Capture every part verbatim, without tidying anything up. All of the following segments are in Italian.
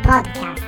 Podcast.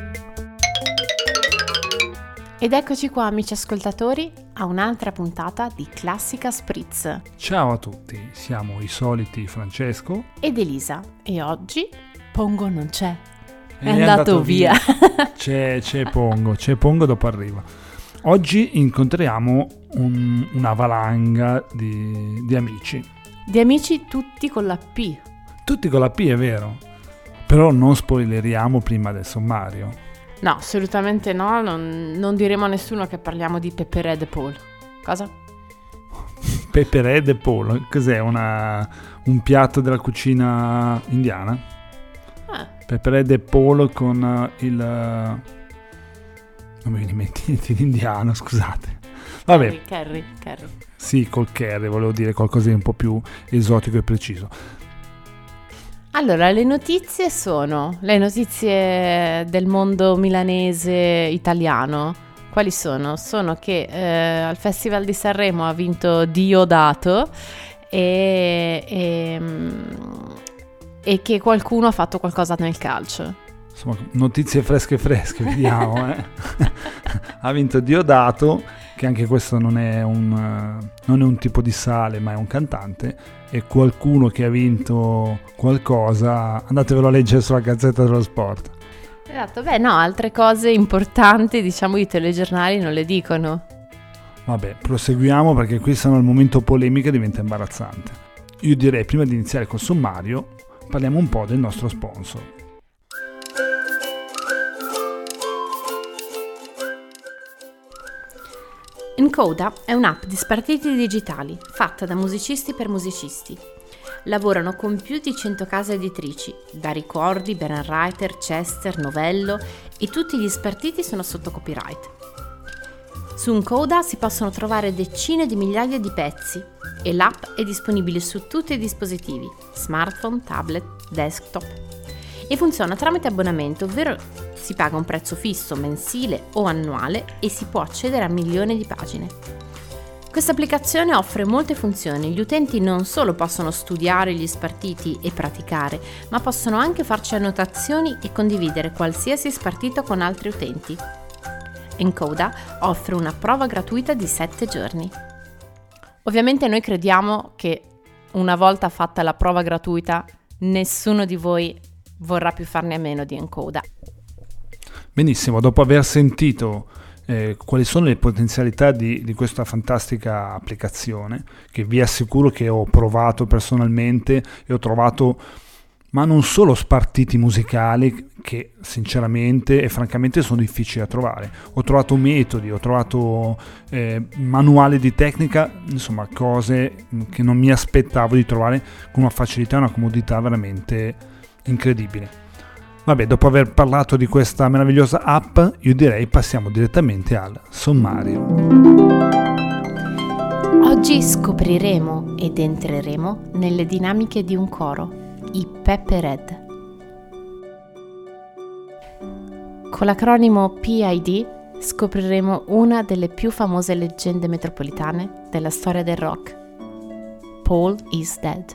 Ed eccoci qua, amici ascoltatori, a un'altra puntata di Classica Spritz. Ciao a tutti, siamo i soliti Francesco ed Elisa e oggi Pongo non c'è, è, è andato, andato via. via. c'è, c'è Pongo, c'è Pongo, dopo arriva. Oggi incontriamo un, una valanga di, di amici. Di amici tutti con la P. Tutti con la P, è vero, però non spoileriamo prima del sommario. No, assolutamente no, non, non diremo a nessuno che parliamo di Peppered e Paul. Cosa? Peppered e Paul, cos'è? Una, un piatto della cucina indiana? Ah. Peppered e Paul con il... non mi viene in mente in indiano, scusate. Vabbè. Curry, curry, curry. Sì, col curry, volevo dire qualcosa di un po' più esotico e preciso. Allora, le notizie sono le notizie del mondo milanese italiano. Quali sono? Sono che eh, al Festival di Sanremo ha vinto Diodato e, e, e che qualcuno ha fatto qualcosa nel calcio. Insomma, notizie fresche fresche, vediamo. eh. Ha vinto Diodato, che anche questo non è un non è un tipo di sale, ma è un cantante, e qualcuno che ha vinto qualcosa, andatevelo a leggere sulla Gazzetta dello Sport. Esatto, beh no, altre cose importanti, diciamo, i telegiornali non le dicono. Vabbè, proseguiamo perché qui sono al momento polemica e diventa imbarazzante. Io direi, prima di iniziare col sommario, parliamo un po' del nostro sponsor. Encoda è un'app di spartiti digitali fatta da musicisti per musicisti. Lavorano con più di cento case editrici, da Ricordi, Benwriter, Chester, Novello, e tutti gli spartiti sono sotto copyright. Su Encoda si possono trovare decine di migliaia di pezzi e l'app è disponibile su tutti i dispositivi, smartphone, tablet, desktop, e funziona tramite abbonamento, ovvero si paga un prezzo fisso mensile o annuale e si può accedere a milioni di pagine. Questa applicazione offre molte funzioni. Gli utenti non solo possono studiare gli spartiti e praticare, ma possono anche farci annotazioni e condividere qualsiasi spartito con altri utenti. Encoda offre una prova gratuita di sette giorni. Ovviamente noi crediamo che una volta fatta la prova gratuita, nessuno di voi vorrà più farne a meno di Encoda. Benissimo, dopo aver sentito eh, quali sono le potenzialità di, di questa fantastica applicazione, che vi assicuro che ho provato personalmente e ho trovato, ma non solo spartiti musicali, che sinceramente e francamente sono difficili da trovare, ho trovato metodi, ho trovato eh, manuali di tecnica, insomma cose che non mi aspettavo di trovare con una facilità e una comodità veramente incredibile. Vabbè, dopo aver parlato di questa meravigliosa app, io direi passiamo direttamente al sommario. Oggi scopriremo ed entreremo nelle dinamiche di un coro, i Peppered. Con l'acronimo P I D scopriremo una delle più famose leggende metropolitane della storia del rock. Paul is Dead.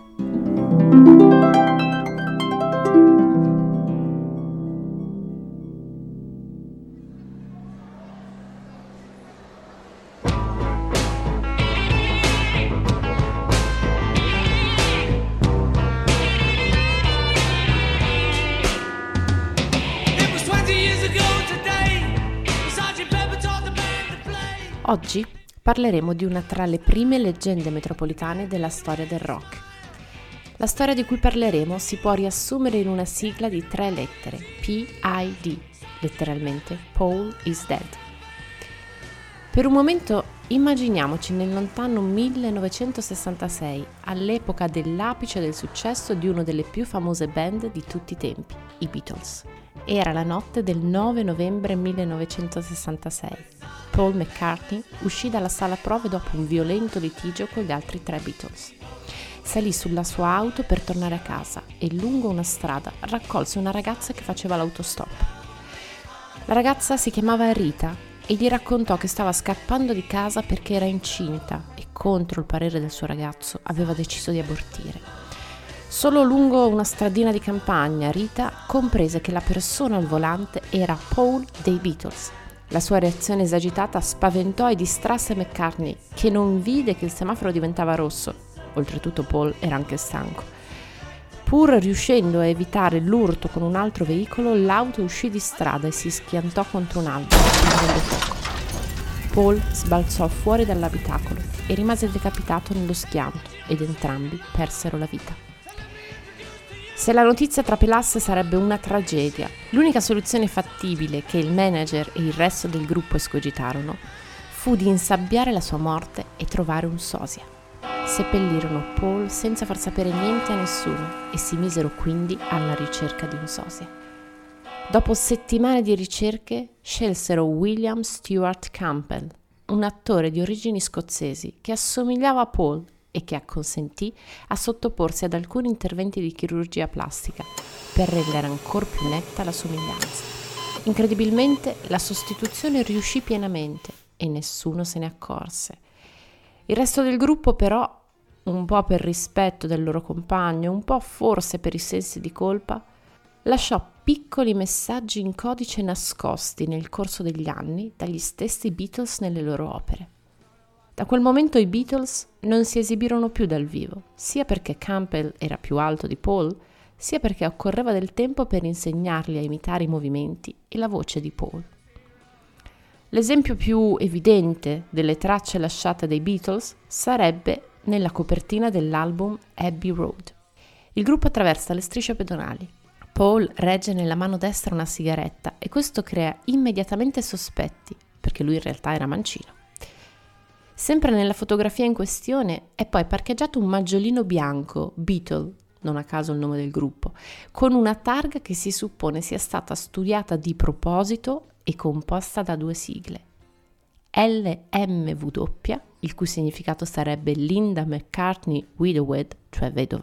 Oggi parleremo di una tra le prime leggende metropolitane della storia del rock. La storia di cui parleremo si può riassumere in una sigla di tre lettere, P I D, letteralmente Paul is Dead. Per un momento immaginiamoci nel lontano millenovecentosessantasei, all'epoca dell'apice del successo di una delle più famose band di tutti i tempi, i Beatles. Era la notte del nove novembre millenovecentosessantasei. Paul McCartney uscì dalla sala prove dopo un violento litigio con gli altri tre Beatles. Salì sulla sua auto per tornare a casa e lungo una strada raccolse una ragazza che faceva l'autostop. La ragazza si chiamava Rita e gli raccontò che stava scappando di casa perché era incinta e, contro il parere del suo ragazzo, aveva deciso di abortire. Solo lungo una stradina di campagna Rita comprese che la persona al volante era Paul dei Beatles. La sua reazione esagitata spaventò e distrasse McCartney, che non vide che il semaforo diventava rosso. Oltretutto Paul era anche stanco. Pur riuscendo a evitare l'urto con un altro veicolo, l'auto uscì di strada e si schiantò contro un albero, prendendo fuoco. Paul sbalzò fuori dall'abitacolo e rimase decapitato nello schianto ed entrambi persero la vita. Se la notizia trapelasse sarebbe una tragedia. L'unica soluzione fattibile che il manager e il resto del gruppo escogitarono fu di insabbiare la sua morte e trovare un sosia. Seppellirono Paul senza far sapere niente a nessuno e si misero quindi alla ricerca di un sosia. Dopo settimane di ricerche scelsero William Stewart Campbell, un attore di origini scozzesi che assomigliava a Paul e che acconsentì a sottoporsi ad alcuni interventi di chirurgia plastica per rendere ancora più netta la somiglianza. Incredibilmente la sostituzione riuscì pienamente e nessuno se ne accorse. Il resto del gruppo però, un po' per rispetto del loro compagno, un po' forse per i sensi di colpa, lasciò piccoli messaggi in codice nascosti nel corso degli anni dagli stessi Beatles nelle loro opere. Da quel momento i Beatles non si esibirono più dal vivo, sia perché Campbell era più alto di Paul, sia perché occorreva del tempo per insegnargli a imitare i movimenti e la voce di Paul. L'esempio più evidente delle tracce lasciate dai Beatles sarebbe nella copertina dell'album Abbey Road. Il gruppo attraversa le strisce pedonali. Paul regge nella mano destra una sigaretta e questo crea immediatamente sospetti, perché lui in realtà era mancino. Sempre nella fotografia in questione è poi parcheggiato un maggiolino bianco, Beatle, non a caso il nome del gruppo, con una targa che si suppone sia stata studiata di proposito e composta da due sigle. L M W, il cui significato sarebbe Linda McCartney Widowed, cioè vedova,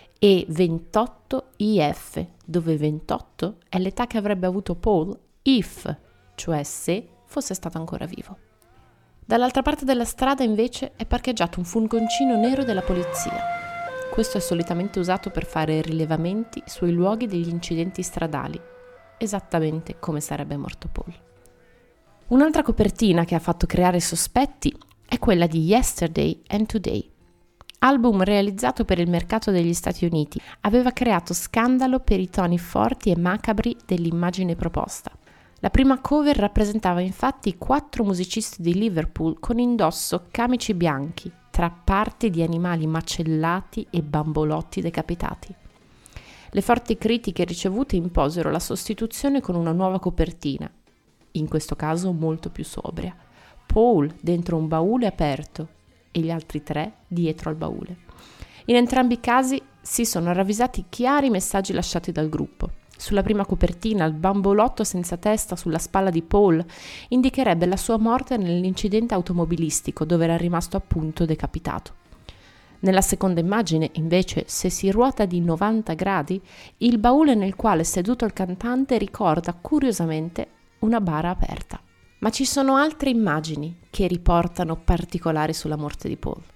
e ventotto I F, dove ventotto è l'età che avrebbe avuto Paul if, cioè se fosse stato ancora vivo. Dall'altra parte della strada invece è parcheggiato un furgoncino nero della polizia. Questo è solitamente usato per fare rilevamenti sui luoghi degli incidenti stradali, esattamente come sarebbe morto Paul. Un'altra copertina che ha fatto creare sospetti è quella di Yesterday and Today. Album realizzato per il mercato degli Stati Uniti, aveva creato scandalo per i toni forti e macabri dell'immagine proposta. La prima cover rappresentava infatti quattro musicisti di Liverpool con indosso camici bianchi, tra parti di animali macellati e bambolotti decapitati. Le forti critiche ricevute imposero la sostituzione con una nuova copertina, in questo caso molto più sobria. Paul dentro un baule aperto e gli altri tre dietro al baule. In entrambi i casi si sono ravvisati chiari messaggi lasciati dal gruppo. Sulla prima copertina il bambolotto senza testa sulla spalla di Paul indicherebbe la sua morte nell'incidente automobilistico dove era rimasto appunto decapitato. Nella seconda immagine, invece, se si ruota di novanta gradi, il baule nel quale è seduto il cantante ricorda curiosamente una bara aperta. Ma ci sono altre immagini che riportano particolari sulla morte di Paul.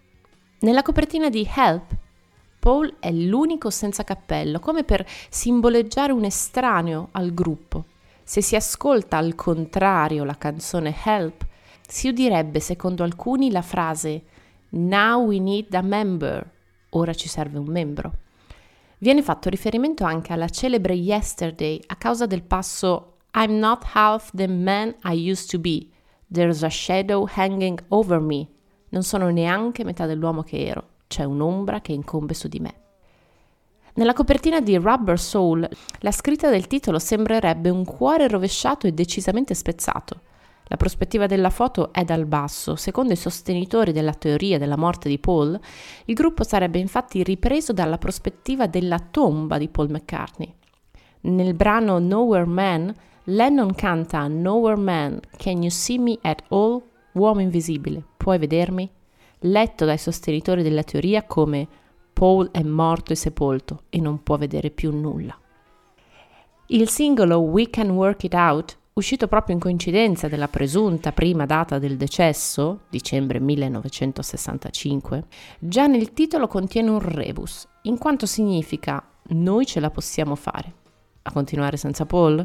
Nella copertina di Help, Paul è l'unico senza cappello, come per simboleggiare un estraneo al gruppo. Se si ascolta al contrario la canzone Help, si udirebbe secondo alcuni la frase Now we need a member, ora ci serve un membro. Viene fatto riferimento anche alla celebre Yesterday a causa del passo I'm not half the man I used to be, there's a shadow hanging over me. Non sono neanche metà dell'uomo che ero. C'è un'ombra che incombe su di me. Nella copertina di Rubber Soul, la scritta del titolo sembrerebbe un cuore rovesciato e decisamente spezzato. La prospettiva della foto è dal basso. Secondo i sostenitori della teoria della morte di Paul, il gruppo sarebbe infatti ripreso dalla prospettiva della tomba di Paul McCartney. Nel brano Nowhere Man, Lennon canta Nowhere Man, Can you see me at all? Uomo invisibile, puoi vedermi? Letto dai sostenitori della teoria come Paul è morto e sepolto e non può vedere più nulla. Il singolo We Can Work It Out, uscito proprio in coincidenza della presunta prima data del decesso, dicembre millenovecentosessantacinque, già nel titolo contiene un rebus. in quanto significa noi ce la possiamo fare. A continuare senza Paul?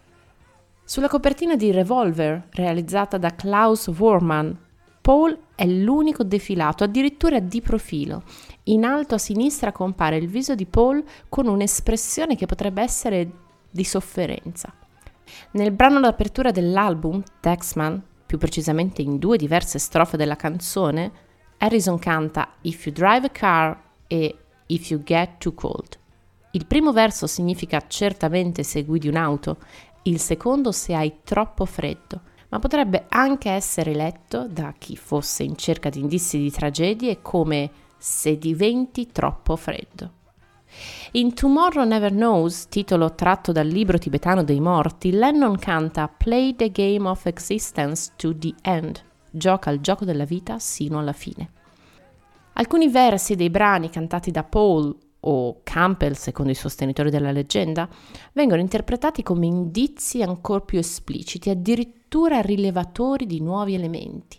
Sulla copertina di Revolver, realizzata da Klaus Voormann, Paul è l'unico defilato, addirittura di profilo. In alto a sinistra compare il viso di Paul con un'espressione che potrebbe essere di sofferenza. Nel brano d'apertura dell'album, Taxman, più precisamente in due diverse strofe della canzone, Harrison canta If you drive a car e If you get too cold. Il primo verso significa certamente se guidi un'auto, il secondo se hai troppo freddo, ma potrebbe anche essere letto da chi fosse in cerca di indizi di tragedie come se diventi troppo freddo. In Tomorrow Never Knows, titolo tratto dal libro tibetano dei morti, Lennon canta Play the game of existence to the end, gioca il gioco della vita sino alla fine. Alcuni versi dei brani cantati da Paul o Campbell, secondo i sostenitori della leggenda, vengono interpretati come indizi ancor più espliciti, addirittura rilevatori di nuovi elementi.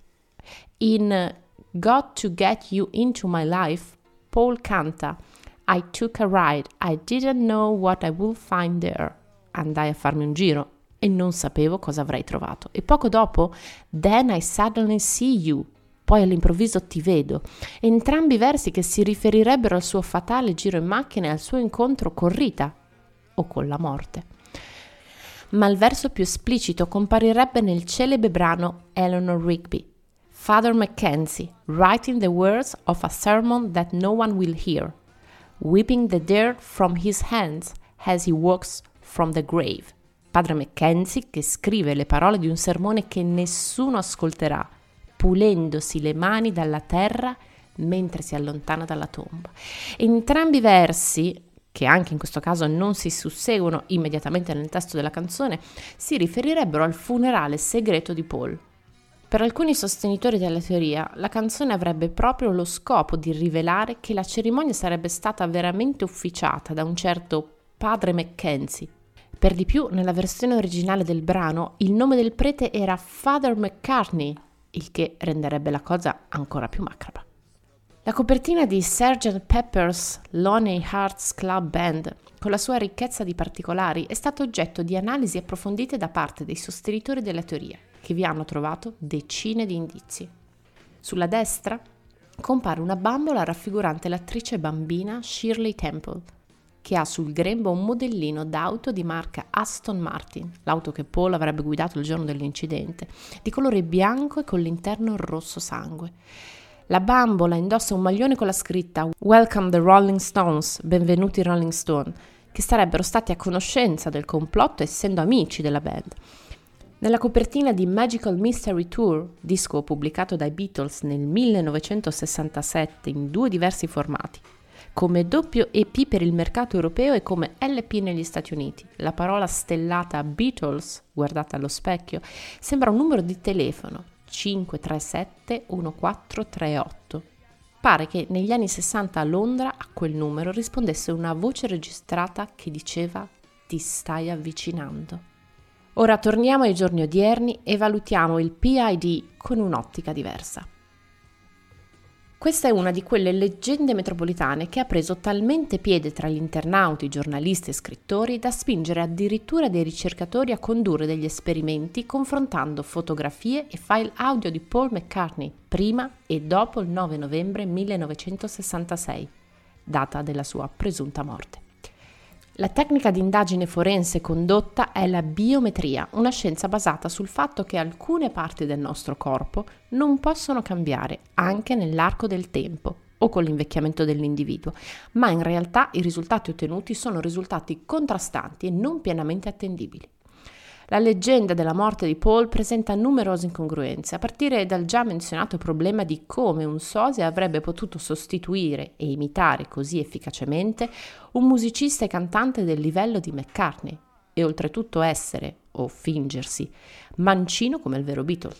In Got to Get You Into My Life, Paul canta I took a ride, I didn't know what I would find there. Andai a farmi un giro e non sapevo cosa avrei trovato. E poco dopo, Then I suddenly see you. Poi all'improvviso ti vedo. Entrambi versi che si riferirebbero al suo fatale giro in macchina e al suo incontro con Rita o con la morte. Ma il verso più esplicito comparirebbe nel celebre brano Eleanor Rigby, Father Mackenzie, writing the words of a sermon that no one will hear, whipping the dirt from his hands as he walks from the grave. Padre Mackenzie che scrive le parole di un sermone che nessuno ascolterà, pulendosi le mani dalla terra mentre si allontana dalla tomba. Entrambi i versi, che anche in questo caso non si susseguono immediatamente nel testo della canzone, si riferirebbero al funerale segreto di Paul. Per alcuni sostenitori della teoria, la canzone avrebbe proprio lo scopo di rivelare che la cerimonia sarebbe stata veramente ufficiata da un certo Padre Mackenzie. Per di più, nella versione originale del brano, il nome del prete era Father McCartney, il che renderebbe la cosa ancora più macabra. La copertina di sergeant Pepper's Lonely Hearts Club Band, con la sua ricchezza di particolari, è stato oggetto di analisi approfondite da parte dei sostenitori della teoria, che vi hanno trovato decine di indizi. Sulla destra compare una bambola raffigurante l'attrice bambina Shirley Temple, che ha sul grembo un modellino d'auto di marca Aston Martin, l'auto che Paul avrebbe guidato il giorno dell'incidente, di colore bianco e con l'interno rosso sangue. La bambola indossa un maglione con la scritta Welcome the Rolling Stones, benvenuti Rolling Stone, che sarebbero stati a conoscenza del complotto essendo amici della band. Nella copertina di Magical Mystery Tour, disco pubblicato dai Beatles nel millenovecentosessantasette in due diversi formati, come doppio E P per il mercato europeo e come L P negli Stati Uniti, la parola stellata Beatles, guardata allo specchio, sembra un numero di telefono, cinque tre sette uno quattro tre otto. Pare che negli anni sessanta a Londra a quel numero rispondesse una voce registrata che diceva «Ti stai avvicinando». Ora torniamo ai giorni odierni e valutiamo il P I D con un'ottica diversa. Questa è una di quelle leggende metropolitane che ha preso talmente piede tra gli internauti, giornalisti e scrittori da spingere addirittura dei ricercatori a condurre degli esperimenti confrontando fotografie e file audio di Paul McCartney prima e dopo il nove novembre millenovecentosessantasei, data della sua presunta morte. La tecnica di indagine forense condotta è la biometria, una scienza basata sul fatto che alcune parti del nostro corpo non possono cambiare anche nell'arco del tempo o con l'invecchiamento dell'individuo, ma in realtà i risultati ottenuti sono risultati contrastanti e non pienamente attendibili. La leggenda della morte di Paul presenta numerose incongruenze, a partire dal già menzionato problema di come un sosia avrebbe potuto sostituire e imitare così efficacemente un musicista e cantante del livello di McCartney e oltretutto essere, o fingersi, mancino come il vero Beatles.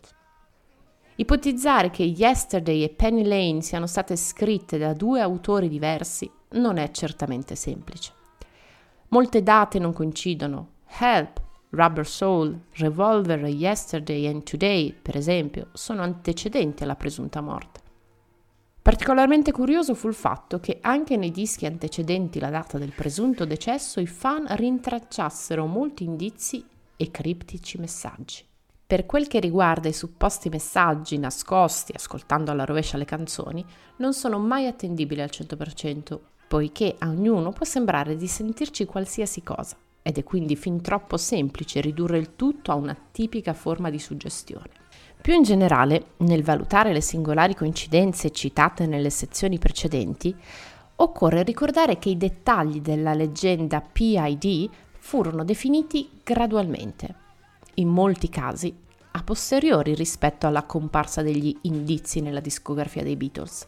Ipotizzare che Yesterday e Penny Lane siano state scritte da due autori diversi non è certamente semplice. Molte date non coincidono. Help! Rubber Soul, Revolver, Yesterday and Today, per esempio, sono antecedenti alla presunta morte. Particolarmente curioso fu il fatto che anche nei dischi antecedenti la data del presunto decesso i fan rintracciassero molti indizi e criptici messaggi. Per quel che riguarda i supposti messaggi nascosti ascoltando alla rovescia le canzoni, non sono mai attendibili al cento per cento, poiché a ognuno può sembrare di sentirci qualsiasi cosa, ed è quindi fin troppo semplice ridurre il tutto a una tipica forma di suggestione. Più in generale, nel valutare le singolari coincidenze citate nelle sezioni precedenti, occorre ricordare che i dettagli della leggenda P I D furono definiti gradualmente, in molti casi a posteriori rispetto alla comparsa degli indizi nella discografia dei Beatles.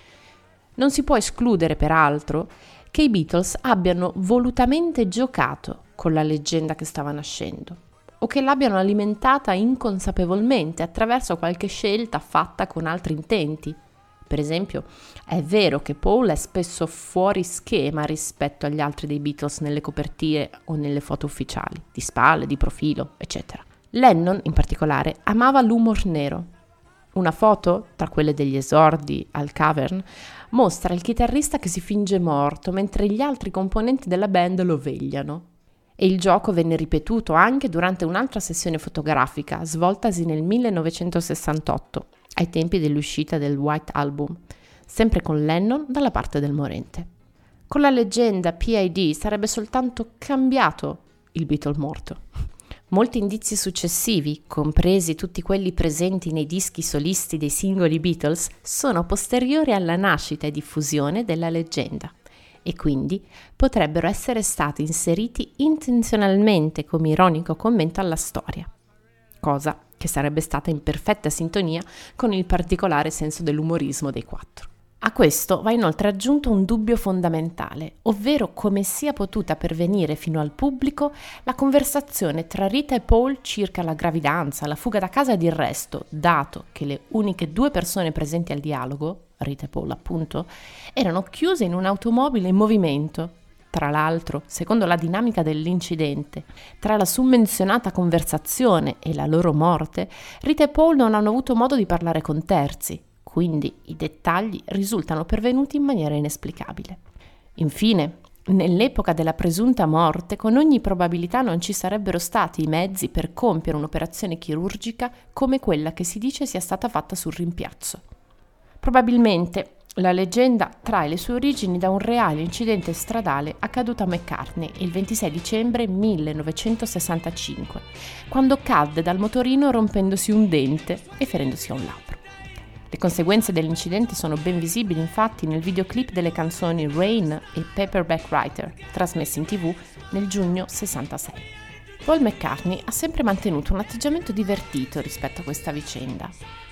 Non si può escludere, peraltro, che i Beatles abbiano volutamente giocato con la leggenda che stava nascendo, o che l'abbiano alimentata inconsapevolmente attraverso qualche scelta fatta con altri intenti. Per esempio, è vero che Paul è spesso fuori schema rispetto agli altri dei Beatles nelle copertine o nelle foto ufficiali, di spalle, di profilo, eccetera. Lennon, in particolare, amava l'humor nero. Una foto, tra quelle degli esordi al Cavern, mostra il chitarrista che si finge morto mentre gli altri componenti della band lo vegliano. E il gioco venne ripetuto anche durante un'altra sessione fotografica svoltasi nel millenovecentosessantotto, ai tempi dell'uscita del White Album, sempre con Lennon dalla parte del morente. Con la leggenda P I D sarebbe soltanto cambiato il Beatle morto. Molti indizi successivi, compresi tutti quelli presenti nei dischi solisti dei singoli Beatles, sono posteriori alla nascita e diffusione della leggenda, e quindi potrebbero essere stati inseriti intenzionalmente come ironico commento alla storia, cosa che sarebbe stata in perfetta sintonia con il particolare senso dell'umorismo dei quattro. A questo va inoltre aggiunto un dubbio fondamentale, ovvero come sia potuta pervenire fino al pubblico la conversazione tra Rita e Paul circa la gravidanza, la fuga da casa ed il resto, dato che le uniche due persone presenti al dialogo, Rita e Paul appunto, erano chiuse in un'automobile in movimento. Tra l'altro, secondo la dinamica dell'incidente, tra la summenzionata conversazione e la loro morte, Rita e Paul non hanno avuto modo di parlare con terzi, quindi i dettagli risultano pervenuti in maniera inesplicabile. Infine, nell'epoca della presunta morte, con ogni probabilità non ci sarebbero stati i mezzi per compiere un'operazione chirurgica come quella che si dice sia stata fatta sul rimpiazzo. Probabilmente la leggenda trae le sue origini da un reale incidente stradale accaduto a McCartney il ventisei dicembre millenovecentosessantacinque, quando cadde dal motorino rompendosi un dente e ferendosi a un labbro. Le conseguenze dell'incidente sono ben visibili infatti nel videoclip delle canzoni Rain e Paperback Writer, trasmessi in tv nel giugno sessantasei. Paul McCartney ha sempre mantenuto un atteggiamento divertito rispetto a questa vicenda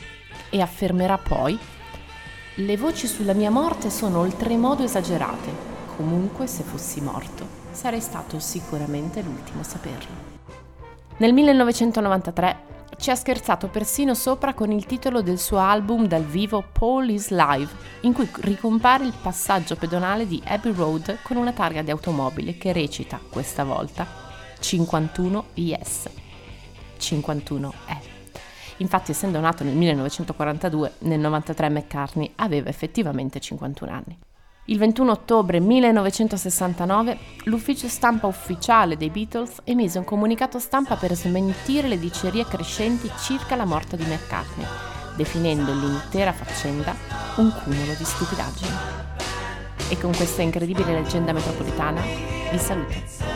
e affermerà poi: «Le voci sulla mia morte sono oltremodo esagerate. Comunque, se fossi morto, sarei stato sicuramente l'ultimo a saperlo». Nel millenovecentonovantatré ci ha scherzato persino sopra con il titolo del suo album dal vivo Paul is Live, in cui ricompare il passaggio pedonale di Abbey Road con una targa di automobile che recita, questa volta, cinquantuno Yes. cinquantuno è. Infatti, essendo nato nel millenovecentoquarantadue, nel novantatré McCartney aveva effettivamente cinquantuno anni. Il ventuno ottobre millenovecentosessantanove l'ufficio stampa ufficiale dei Beatles emise un comunicato stampa per smentire le dicerie crescenti circa la morte di McCartney, definendo l'intera faccenda un cumulo di stupidaggini. E con questa incredibile leggenda metropolitana vi saluto.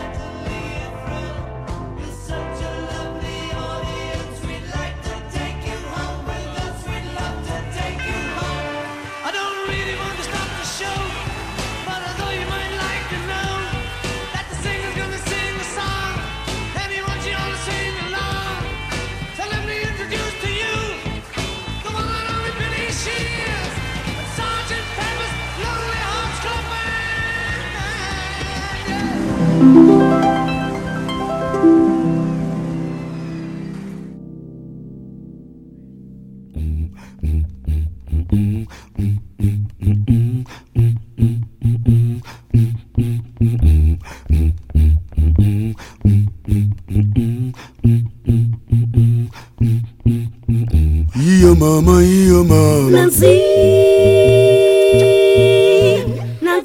Io mama, io mama. Nancy.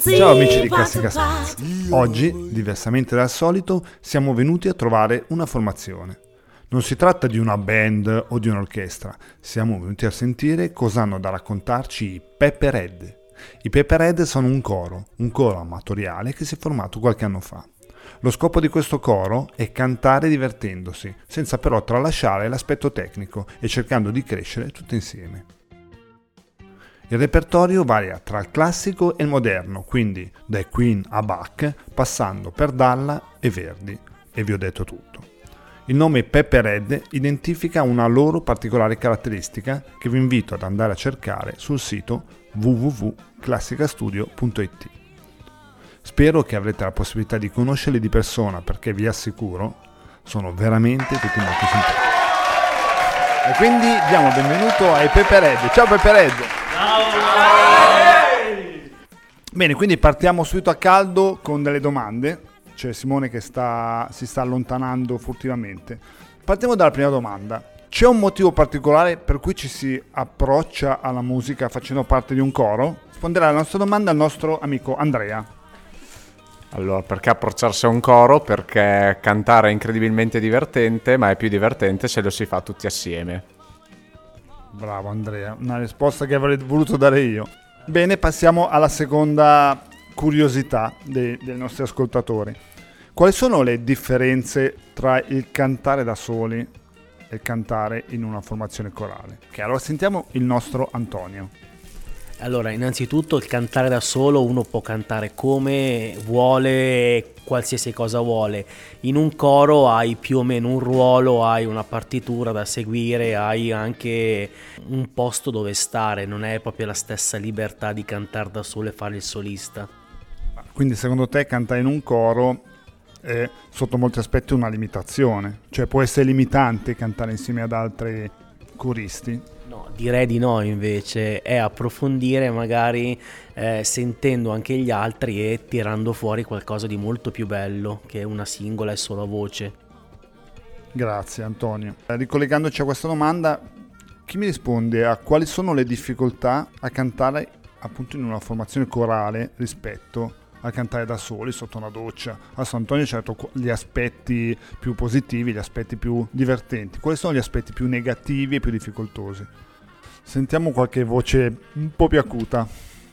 Ciao amici di Classica Spritz. Oggi, diversamente dal solito, siamo venuti a trovare una formazione. Non si tratta di una band o di un'orchestra, siamo venuti a sentire cosa hanno da raccontarci i Pepperhead. I Pepperhead sono un coro, un coro amatoriale che si è formato qualche anno fa. Lo scopo di questo coro è cantare divertendosi, senza però tralasciare l'aspetto tecnico e cercando di crescere tutti insieme. Il repertorio varia tra il classico e il moderno, quindi dai Queen a Bach, passando per Dalla e Verdi, e vi ho detto tutto. Il nome Pepperhead identifica una loro particolare caratteristica che vi invito ad andare a cercare sul sito w w w punto classicastudio punto i t. Spero che avrete la possibilità di conoscerli di persona perché vi assicuro sono veramente tutti molto simpatici. E quindi diamo il benvenuto ai Pepperhead. Ciao Pepperhead! Ciao! Bene, quindi partiamo subito a caldo con delle domande. C'è Simone che sta, si sta allontanando furtivamente. Partiamo dalla prima domanda. C'è un motivo particolare per cui ci si approccia alla musica facendo parte di un coro? Risponderà alla nostra domanda il nostro amico Andrea. Allora, perché approcciarsi a un coro? Perché cantare è incredibilmente divertente, ma è più divertente se lo si fa tutti assieme. Bravo Andrea, una risposta che avrei voluto dare io. Bene, passiamo alla seconda curiosità dei, dei nostri ascoltatori. Quali sono le differenze tra il cantare da soli e il cantare in una formazione corale? Ok, allora sentiamo il nostro Antonio. Allora, innanzitutto il cantare da solo uno può cantare come vuole, qualsiasi cosa vuole. In un coro hai più o meno un ruolo, hai una partitura da seguire, hai anche un posto dove stare, non è proprio la stessa libertà di cantare da solo e fare il solista. Quindi secondo te cantare in un coro è sotto molti aspetti una limitazione? Cioè può essere limitante cantare insieme ad altri coristi? No, direi di no invece, è approfondire magari eh, sentendo anche gli altri e tirando fuori qualcosa di molto più bello che una singola e sola voce. Grazie Antonio. Eh, ricollegandoci a questa domanda, chi mi risponde a quali sono le difficoltà a cantare appunto in una formazione corale rispetto a cantare da soli sotto una doccia? Adesso Antonio ci ha detto gli aspetti più positivi, gli aspetti più divertenti. Quali sono gli aspetti più negativi e più difficoltosi? Sentiamo qualche voce un po' più acuta.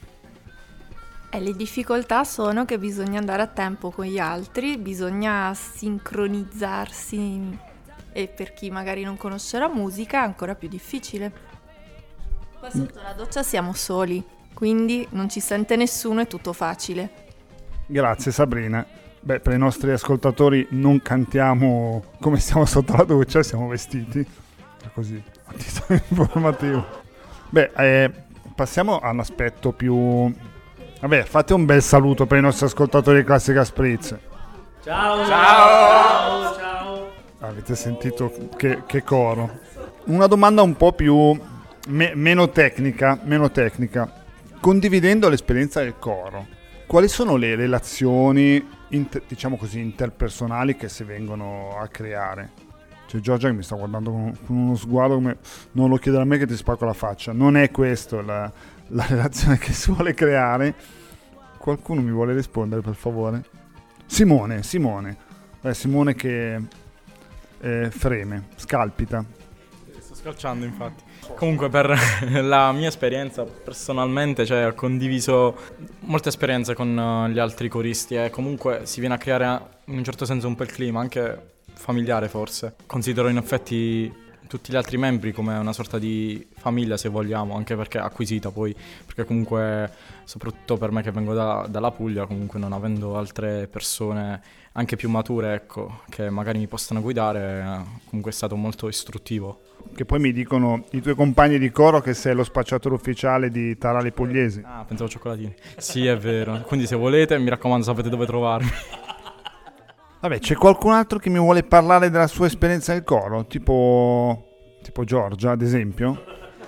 E le difficoltà sono che bisogna andare a tempo con gli altri, bisogna sincronizzarsi e per chi magari non conosce la musica è ancora più difficile. Qua sotto la doccia siamo soli, quindi non ci sente nessuno, è tutto facile. Grazie Sabrina. Beh, per i nostri ascoltatori non cantiamo come stiamo sotto la doccia, siamo vestiti. Così, a titolo informativo. Beh, eh, passiamo a un aspetto più... Vabbè, fate un bel saluto per i nostri ascoltatori di Classica Spritz. Ciao! Ciao! Ciao! Avete sentito che, che coro? Una domanda un po' più... Me, meno tecnica, meno tecnica. Condividendo l'esperienza del coro, quali sono le relazioni, inter, diciamo così, interpersonali che si vengono a creare? C'è Giorgia che mi sta guardando con, con uno sguardo come non lo chiedere a me che ti spacco la faccia. Non è questa la, la relazione che si vuole creare. Qualcuno mi vuole rispondere per favore? Simone, Simone. Beh, Simone che eh, freme, scalpita. Sto scalciando infatti. Comunque per la mia esperienza personalmente, cioè ho condiviso molte esperienze con gli altri coristi e comunque si viene a creare in un certo senso un po' il clima, anche familiare forse. Considero in effetti tutti gli altri membri come una sorta di famiglia se vogliamo, anche perché acquisita poi, perché comunque soprattutto per me che vengo da, dalla Puglia, comunque non avendo altre persone anche più mature, ecco, che magari mi possano guidare, comunque è stato molto istruttivo. Che poi mi dicono i tuoi compagni di coro che sei lo spacciatore ufficiale di Tarali Pugliesi. Ah, pensavo cioccolatini. Sì, è vero. Quindi se volete, mi raccomando, sapete dove trovarmi. Vabbè, c'è qualcun altro che mi vuole parlare della sua esperienza del coro? Tipo, tipo Giorgia, ad esempio?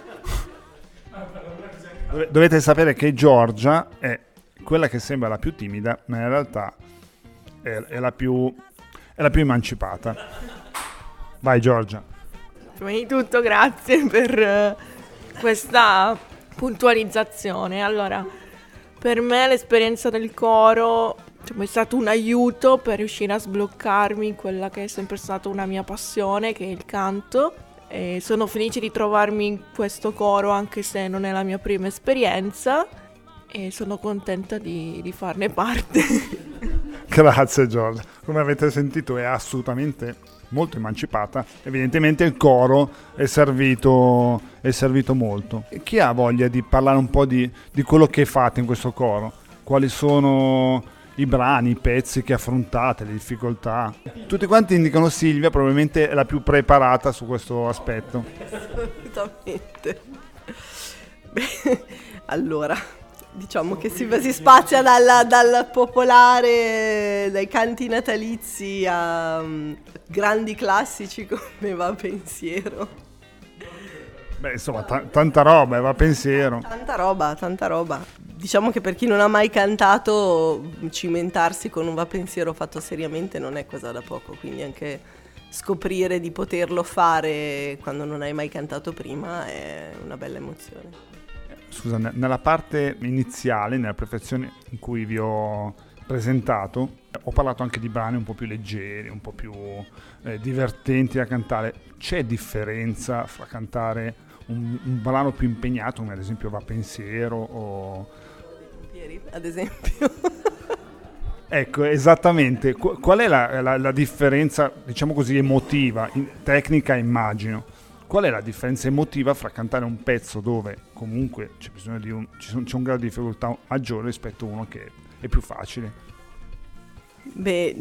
Dove, dovete sapere che Giorgia è quella che sembra la più timida, ma in realtà è, è, la, più, è la più emancipata. Vai Giorgia. Prima di tutto grazie per questa puntualizzazione. Allora, Per me l'esperienza del coro, diciamo, è stato un aiuto per riuscire a sbloccarmi in quella che è sempre stata una mia passione, che è il canto. E sono felice di trovarmi in questo coro anche se non è la mia prima esperienza e sono contenta di, di farne parte. Grazie Giorgia. Come avete sentito è assolutamente molto emancipata. Evidentemente il coro è servito, è servito molto. Chi ha voglia di parlare un po' di, di quello che fate in questo coro? Quali sono i brani, i pezzi che affrontate, le difficoltà? Tutti quanti indicano Silvia, probabilmente è la più preparata su questo aspetto. Assolutamente. Beh, allora, diciamo che si, si spazia dalla, dal popolare, dai canti natalizi a um, grandi classici come Va Pensiero. Beh, insomma, t- tanta roba, va pensiero. Tanta roba, tanta roba. Diciamo che per chi non ha mai cantato, cimentarsi con un Va Pensiero fatto seriamente non è cosa da poco, quindi anche scoprire di poterlo fare quando non hai mai cantato prima è una bella emozione. Scusa, nella parte iniziale, nella perfezione in cui vi ho presentato, ho parlato anche di brani un po' più leggeri, un po' più eh, divertenti da cantare. C'è differenza fra cantare un, un brano più impegnato, come ad esempio Va Pensiero o... ad esempio? Ecco, esattamente. Qu- qual è la, la, la differenza, diciamo così, emotiva, in, tecnica immagino? Qual è la differenza emotiva fra cantare un pezzo dove comunque c'è bisogno di un, c'è un, c'è un grado di difficoltà maggiore rispetto a uno che è più facile? Beh,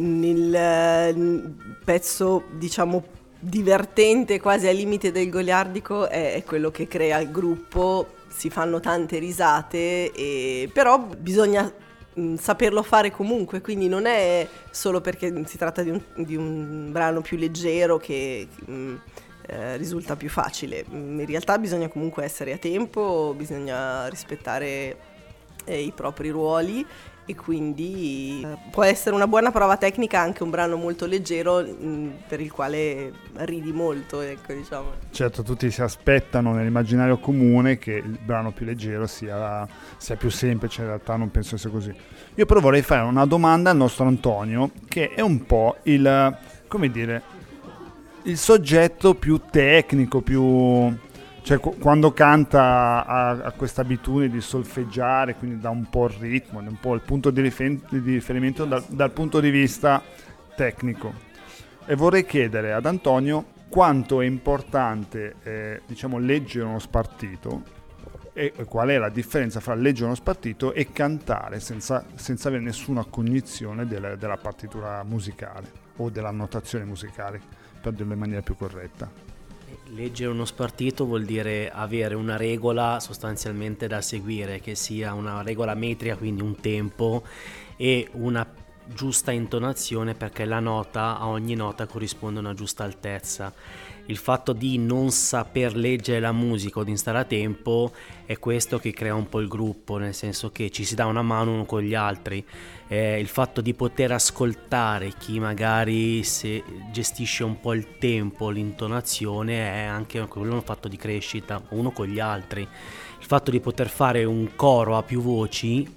il pezzo, diciamo, divertente, quasi al limite del goliardico, è, è quello che crea il gruppo. Si fanno tante risate, e, però bisogna mh, saperlo fare comunque, quindi non è solo perché si tratta di un, di un brano più leggero che mh, eh, risulta più facile. In realtà bisogna comunque essere a tempo, bisogna rispettare eh, i propri ruoli e quindi eh, può essere una buona prova tecnica anche un brano molto leggero mh, per il quale ridi molto, ecco, diciamo. Certo, tutti si aspettano nell'immaginario comune che il brano più leggero sia, sia più semplice, in realtà non penso sia così. Io però vorrei fare una domanda al nostro Antonio, che è un po' il, come dire, il soggetto più tecnico, più... Cioè, qu- quando canta ha, ha questa abitudine di solfeggiare, quindi dà un po' il ritmo, un po' il punto di, rifer- di riferimento dal, dal punto di vista tecnico. E vorrei chiedere ad Antonio quanto è importante, eh, diciamo, leggere uno spartito e, e qual è la differenza fra leggere uno spartito e cantare senza, senza avere nessuna cognizione della, della partitura musicale o della notazione musicale, per dirlo in maniera più corretta. Leggere uno spartito vuol dire avere una regola sostanzialmente da seguire, che sia una regola metrica, quindi un tempo, e una giusta intonazione, perché la nota, a ogni nota corrisponde una giusta altezza. Il fatto di non saper leggere la musica o di stare a tempo è questo che crea un po' il gruppo, nel senso che ci si dà una mano uno con gli altri. Eh, il fatto di poter ascoltare chi magari se gestisce un po' il tempo, l'intonazione, è anche quello un fatto di crescita, uno con gli altri. Il fatto di poter fare un coro a più voci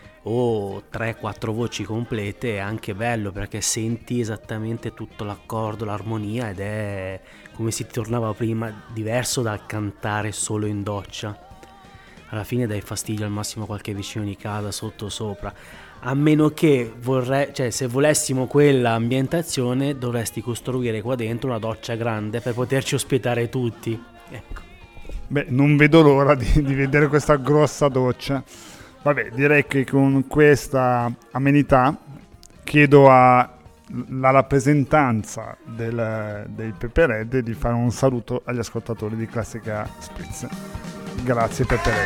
o tre quattro voci complete è anche bello, perché senti esattamente tutto l'accordo, l'armonia, ed è, come si tornava prima, diverso dal cantare solo in doccia. Alla fine dai fastidio al massimo a qualche vicino di casa sotto o sopra, a meno che vorrei, cioè se volessimo quella ambientazione dovresti costruire qua dentro una doccia grande per poterci ospitare tutti, ecco. Beh, non vedo l'ora di, di vedere questa grossa doccia. Vabbè, direi che con questa amenità chiedo alla rappresentanza del, dei Pepe Red di fare un saluto agli ascoltatori di Classica Spritz. Grazie Pepe Red.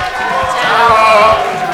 Ciao!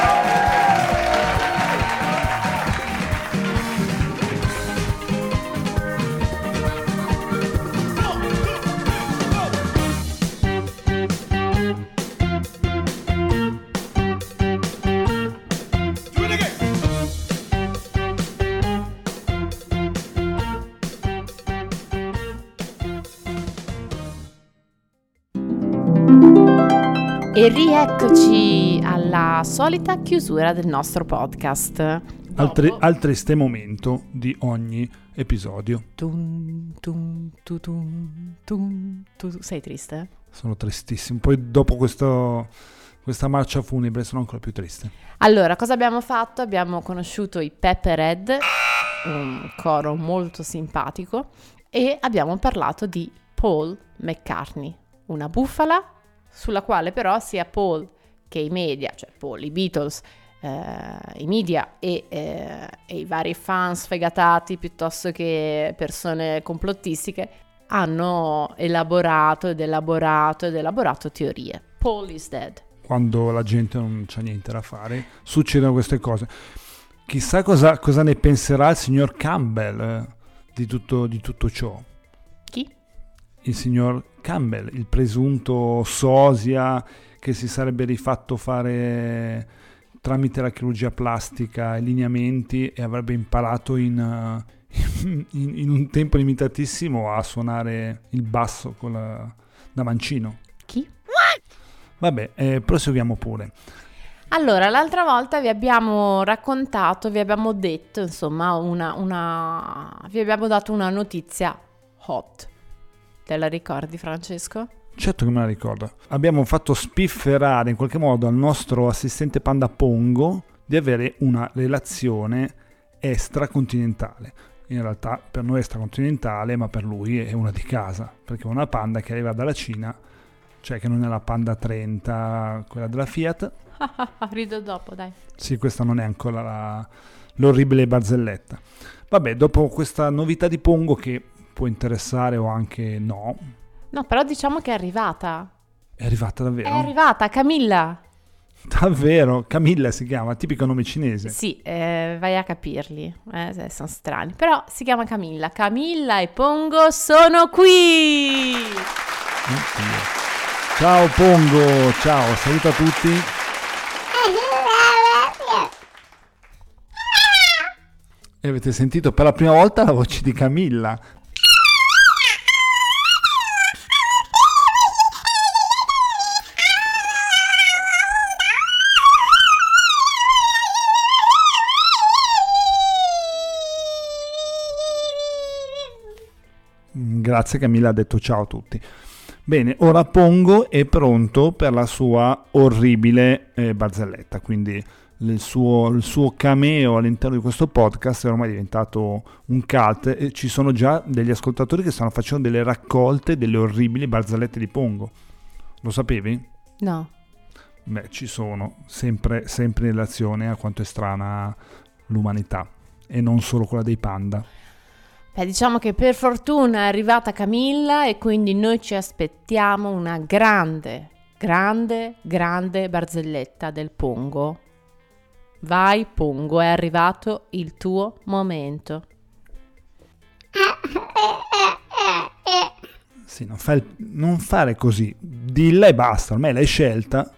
E rieccoci alla solita chiusura del nostro podcast. Altri, al triste momento di ogni episodio. Tum, tum, tu, tum, tum, tu, tu. Sei triste? Sono tristissimo. Poi dopo questo, questa marcia funebre sono ancora più triste. Allora, cosa abbiamo fatto? Abbiamo conosciuto i Pepperhead, un coro molto simpatico, e abbiamo parlato di Paul McCartney, una bufala sulla quale però sia Paul che i media, cioè Paul, i Beatles, eh, i media e, eh, e i vari fan sfegatati piuttosto che persone complottistiche hanno elaborato ed elaborato ed elaborato teorie. Paul is dead. Quando la gente non c'ha niente da fare, succedono queste cose. Chissà cosa, cosa ne penserà il signor Campbell eh, di, tutto, di tutto ciò. Chi? Il signor Campbell, il presunto sosia che si sarebbe rifatto fare tramite la chirurgia plastica i lineamenti e avrebbe imparato in, in, in un tempo limitatissimo a suonare il basso con la, da mancino. Chi? Vabbè, eh, proseguiamo pure. Allora, l'altra volta vi abbiamo raccontato, vi abbiamo detto, insomma, una, una vi abbiamo dato una notizia hot. Te la ricordi, Francesco? Certo che me la ricordo. Abbiamo fatto spifferare in qualche modo al nostro assistente Panda Pongo di avere una relazione extracontinentale. In realtà per noi è extracontinentale, ma per lui è una di casa, perché è una Panda che arriva dalla Cina, cioè che non è la Panda trenta, quella della Fiat. Rido dopo, dai. Sì, questa non è ancora la, l'orribile barzelletta. Vabbè, dopo questa novità di Pongo che può interessare o anche no. No, però diciamo che è arrivata. È arrivata davvero? È arrivata, Camilla. Davvero? Camilla si chiama, tipico nome cinese. Sì, eh, vai a capirli, eh, sono strani. Però si chiama Camilla. Camilla e Pongo sono qui! Oddio. Ciao Pongo, ciao, saluta a tutti. E avete sentito per la prima volta la voce di Camilla. Grazie, Camilla ha detto ciao a tutti. Bene, ora Pongo è pronto per la sua orribile eh, barzelletta, quindi il suo, il suo cameo all'interno di questo podcast è ormai diventato un cult e ci sono già degli ascoltatori che stanno facendo delle raccolte delle orribili barzellette di Pongo. Lo sapevi? No. Beh, ci sono, sempre, sempre in relazione a quanto è strana l'umanità e non solo quella dei panda. Beh, diciamo che per fortuna è arrivata Camilla e quindi noi ci aspettiamo una grande, grande, grande barzelletta del Pongo. Vai Pongo, è arrivato il tuo momento. Sì, non, fai, non fare così, dilla e basta, ormai l'hai scelta.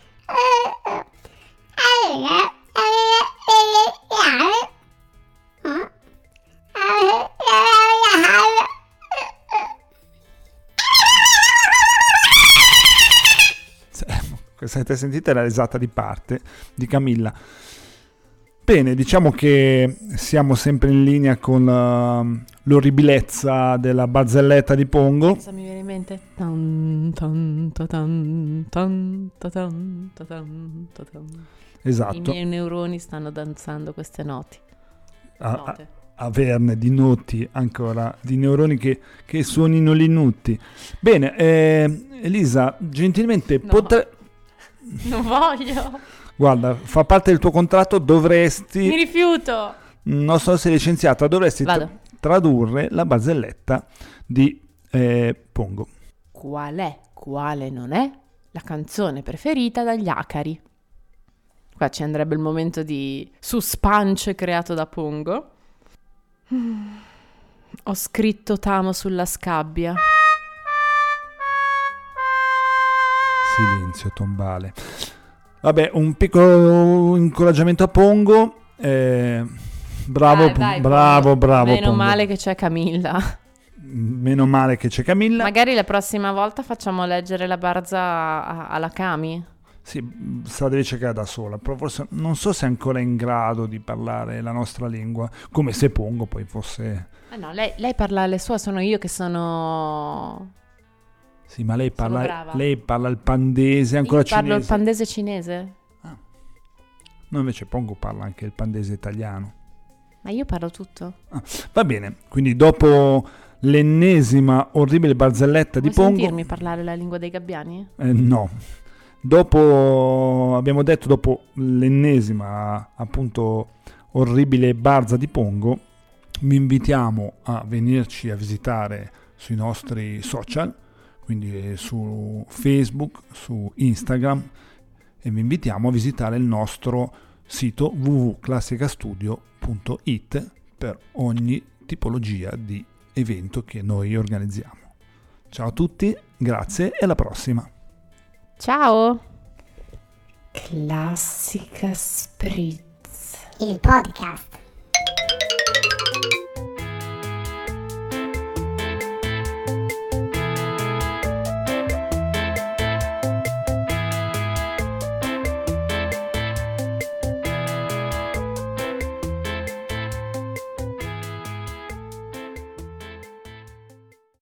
Questa avete sentito è la risata di parte di Camilla. Bene, diciamo che siamo sempre in linea con uh, l'orribilezza della barzelletta di Pongo. Cosa mi viene in mente? Tan, tan, ta, tan, tan, ta, tan, ta, tan, ta, tan. Esatto. I miei neuroni stanno danzando queste noti. A, Note. a, averne di noti ancora, di neuroni che, che suonino li nutti. Bene, eh, Elisa, gentilmente No. potrei... Non voglio. Guarda, fa parte del tuo contratto, dovresti... Mi rifiuto. Non so se sei licenziata, dovresti tra- Vado. tradurre la barzelletta di eh, Pongo. Qual è, quale non è la canzone preferita dagli acari? Qua ci andrebbe il momento di suspense creato da Pongo. Mm. Ho scritto T'amo sulla scabbia. Silenzio tombale. Vabbè, un piccolo incoraggiamento a Pongo. Eh, bravo, Dai, dai, bravo, Pongo. bravo. Meno Pongo. male che c'è Camilla. Meno male che c'è Camilla. Magari la prossima volta facciamo leggere la barza a- alla Cami. sì, se la deve cercare da sola, però forse non so se è ancora in grado di parlare la nostra lingua, come se Pongo poi fosse... Ah no, lei, lei parla le sue, sono io che sono... Sì, ma lei Sono parla, brava. lei parla il pandese, ancora Io parlo cinese. il pandese cinese, No, invece Pongo parla anche il pandese italiano. ma io parlo tutto. Ah, va bene, quindi dopo l'ennesima orribile barzelletta Vuoi di Pongo... sentirmi parlare la lingua dei gabbiani? Eh, no. Dopo, abbiamo detto, dopo l'ennesima appunto orribile barza di Pongo, vi invitiamo a venirci a visitare sui nostri social, quindi su Facebook, su Instagram, e vi invitiamo a visitare il nostro sito w w w punto classicastudio punto i t per ogni tipologia di evento che noi organizziamo. Ciao a tutti, grazie e alla prossima. Ciao! Classica Spritz. Il podcast.